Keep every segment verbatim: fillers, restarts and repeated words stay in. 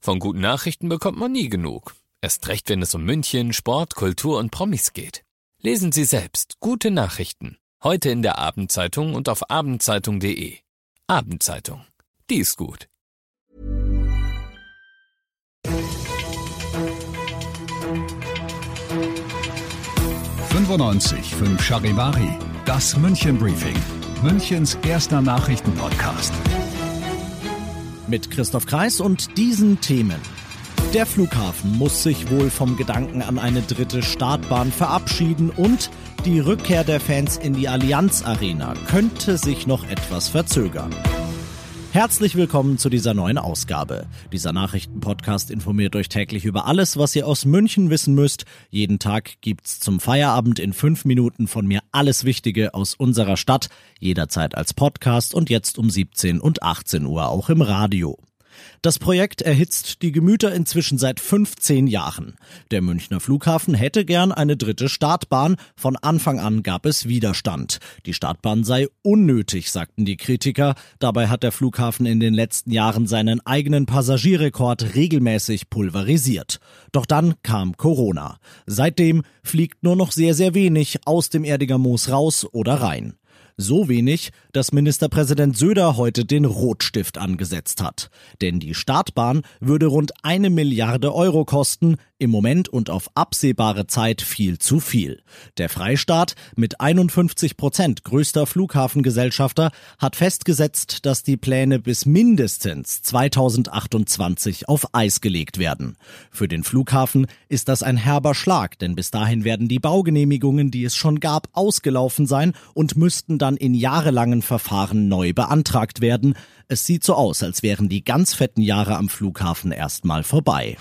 Von guten Nachrichten bekommt man nie genug. Erst recht, wenn es um München, Sport, Kultur und Promis geht. Lesen Sie selbst gute Nachrichten. Heute in der Abendzeitung und auf abendzeitung punkt de. Abendzeitung. Die ist gut. fünfundneunzig Komma fünf Charivari, das München Briefing, Münchens erster Nachrichtenpodcast. Mit Christoph Kreis und diesen Themen. Der Flughafen muss sich wohl vom Gedanken an eine dritte Startbahn verabschieden und die Rückkehr der Fans in die Allianz Arena könnte sich noch etwas verzögern. Herzlich willkommen zu dieser neuen Ausgabe. Dieser Nachrichtenpodcast informiert euch täglich über alles, was ihr aus München wissen müsst. Jeden Tag gibt's zum Feierabend in fünf Minuten von mir alles Wichtige aus unserer Stadt, jederzeit als Podcast und jetzt um siebzehn und achtzehn Uhr auch im Radio. Das Projekt erhitzt die Gemüter inzwischen seit fünfzehn Jahren. Der Münchner Flughafen hätte gern eine dritte Startbahn. Von Anfang an gab es Widerstand. Die Startbahn sei unnötig, sagten die Kritiker. Dabei hat der Flughafen in den letzten Jahren seinen eigenen Passagierrekord regelmäßig pulverisiert. Doch dann kam Corona. Seitdem fliegt nur noch sehr, sehr wenig aus dem Erdinger Moos raus oder rein. So wenig, dass Ministerpräsident Söder heute den Rotstift angesetzt hat. Denn die Startbahn würde rund eine Milliarde Euro kosten, im Moment und auf absehbare Zeit viel zu viel. Der Freistaat, mit einundfünfzig Prozent größter Flughafengesellschafter, hat festgesetzt, dass die Pläne bis mindestens zweitausendachtundzwanzig auf Eis gelegt werden. Für den Flughafen ist das ein herber Schlag, denn bis dahin werden die Baugenehmigungen, die es schon gab, ausgelaufen sein und müssten dann in jahrelangen Verfahren neu beantragt werden. Es sieht so aus, als wären die ganz fetten Jahre am Flughafen erstmal vorbei.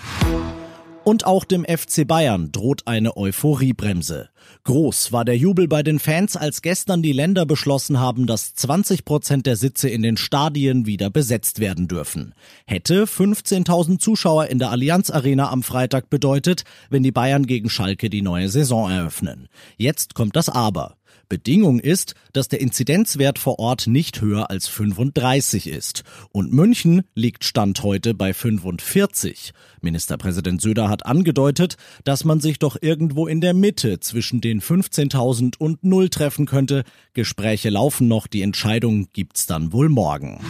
Und auch dem F C Bayern droht eine Euphoriebremse. Groß war der Jubel bei den Fans, als gestern die Länder beschlossen haben, dass zwanzig Prozent der Sitze in den Stadien wieder besetzt werden dürfen. Hätte fünfzehntausend Zuschauer in der Allianz Arena am Freitag bedeutet, wenn die Bayern gegen Schalke die neue Saison eröffnen. Jetzt kommt das Aber. Bedingung ist, dass der Inzidenzwert vor Ort nicht höher als fünfunddreißig ist. Und München liegt Stand heute bei fünfundvierzig. Ministerpräsident Söder hat angedeutet, dass man sich doch irgendwo in der Mitte zwischen den fünfzehntausend und null treffen könnte. Gespräche laufen noch, die Entscheidung gibt's dann wohl morgen.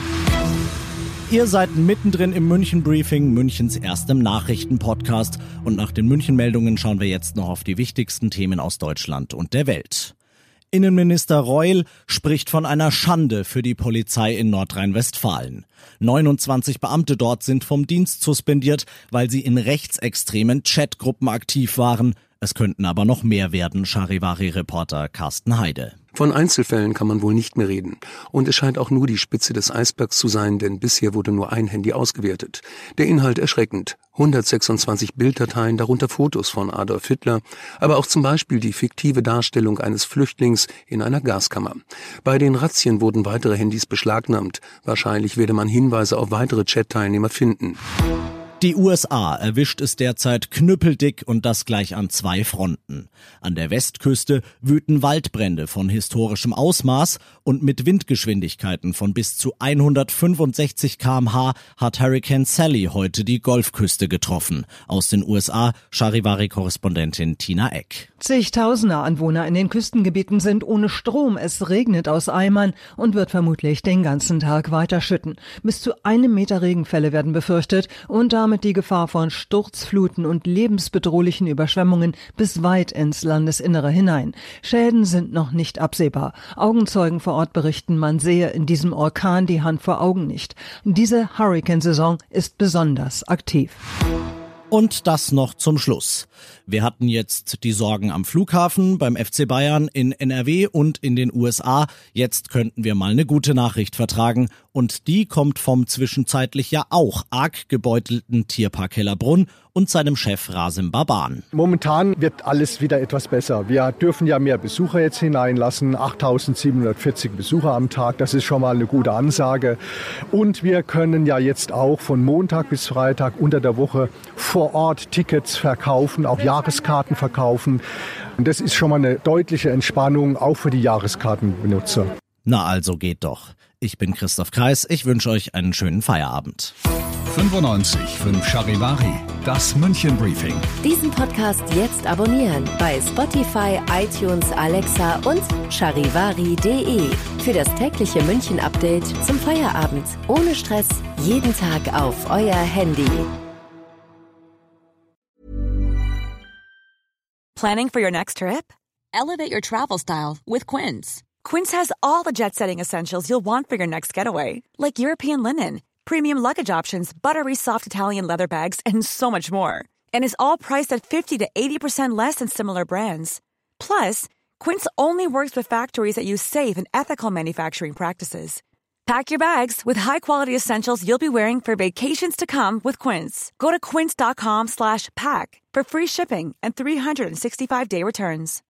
Ihr seid mittendrin im München-Briefing, Münchens erstem Nachrichtenpodcast. Und nach den München-Meldungen schauen wir jetzt noch auf die wichtigsten Themen aus Deutschland und der Welt. Innenminister Reul spricht von einer Schande für die Polizei in Nordrhein-Westfalen. neunundzwanzig Beamte dort sind vom Dienst suspendiert, weil sie in rechtsextremen Chatgruppen aktiv waren. Es könnten aber noch mehr werden, Charivari-Reporter Carsten Heide. Von Einzelfällen kann man wohl nicht mehr reden. Und es scheint auch nur die Spitze des Eisbergs zu sein, denn bisher wurde nur ein Handy ausgewertet. Der Inhalt erschreckend. hundertsechsundzwanzig Bilddateien, darunter Fotos von Adolf Hitler, aber auch zum Beispiel die fiktive Darstellung eines Flüchtlings in einer Gaskammer. Bei den Razzien wurden weitere Handys beschlagnahmt. Wahrscheinlich werde man Hinweise auf weitere Chat-Teilnehmer finden. Die U S A erwischt es derzeit knüppeldick und das gleich an zwei Fronten. An der Westküste wüten Waldbrände von historischem Ausmaß und mit Windgeschwindigkeiten von bis zu hundertfünfundsechzig Kilometer pro Stunde hat Hurricane Sally heute die Golfküste getroffen. Aus den U S A, Charivari-Korrespondentin Tina Eck. Zigtausende Anwohner in den Küstengebieten sind ohne Strom. Es regnet aus Eimern und wird vermutlich den ganzen Tag weiter schütten. Bis zu einem Meter Regenfälle werden befürchtet und damit die Gefahr von Sturzfluten und lebensbedrohlichen Überschwemmungen bis weit ins Landesinnere hinein. Schäden sind noch nicht absehbar. Augenzeugen vor Ort berichten, man sehe in diesem Orkan die Hand vor Augen nicht. Diese Hurrikansaison ist besonders aktiv. Und das noch zum Schluss. Wir hatten jetzt die Sorgen am Flughafen, beim F C Bayern, in N R W und in den U S A. Jetzt könnten wir mal eine gute Nachricht vertragen. Und die kommt vom zwischenzeitlich ja auch arg gebeutelten Tierpark Hellerbrunn und seinem Chef Rasim Baban. Momentan wird alles wieder etwas besser. Wir dürfen ja mehr Besucher jetzt hineinlassen, achttausendsiebenhundertvierzig Besucher am Tag, das ist schon mal eine gute Ansage. Und wir können ja jetzt auch von Montag bis Freitag unter der Woche vor Ort Tickets verkaufen, auch Jahreskarten verkaufen. Und das ist schon mal eine deutliche Entspannung, auch für die Jahreskartenbenutzer. Na also geht doch. Ich bin Christoph Kreis, ich wünsche euch einen schönen Feierabend. fünfundneunzig Komma fünf Charivari, das München Briefing. Diesen Podcast jetzt abonnieren bei Spotify, iTunes, Alexa und charivari punkt de für das tägliche München-Update zum Feierabend. Ohne Stress, jeden Tag auf euer Handy. Planning for your next trip? Elevate your travel style with Quince. Quince has all the jet-setting essentials you'll want for your next getaway, like European linen, premium luggage options, buttery soft Italian leather bags, and so much more. And is all priced at fifty to eighty percent less than similar brands. Plus, Quince only works with factories that use safe and ethical manufacturing practices. Pack your bags with high-quality essentials you'll be wearing for vacations to come with Quince. Go to quince.com slash pack for free shipping and three sixty-five day returns.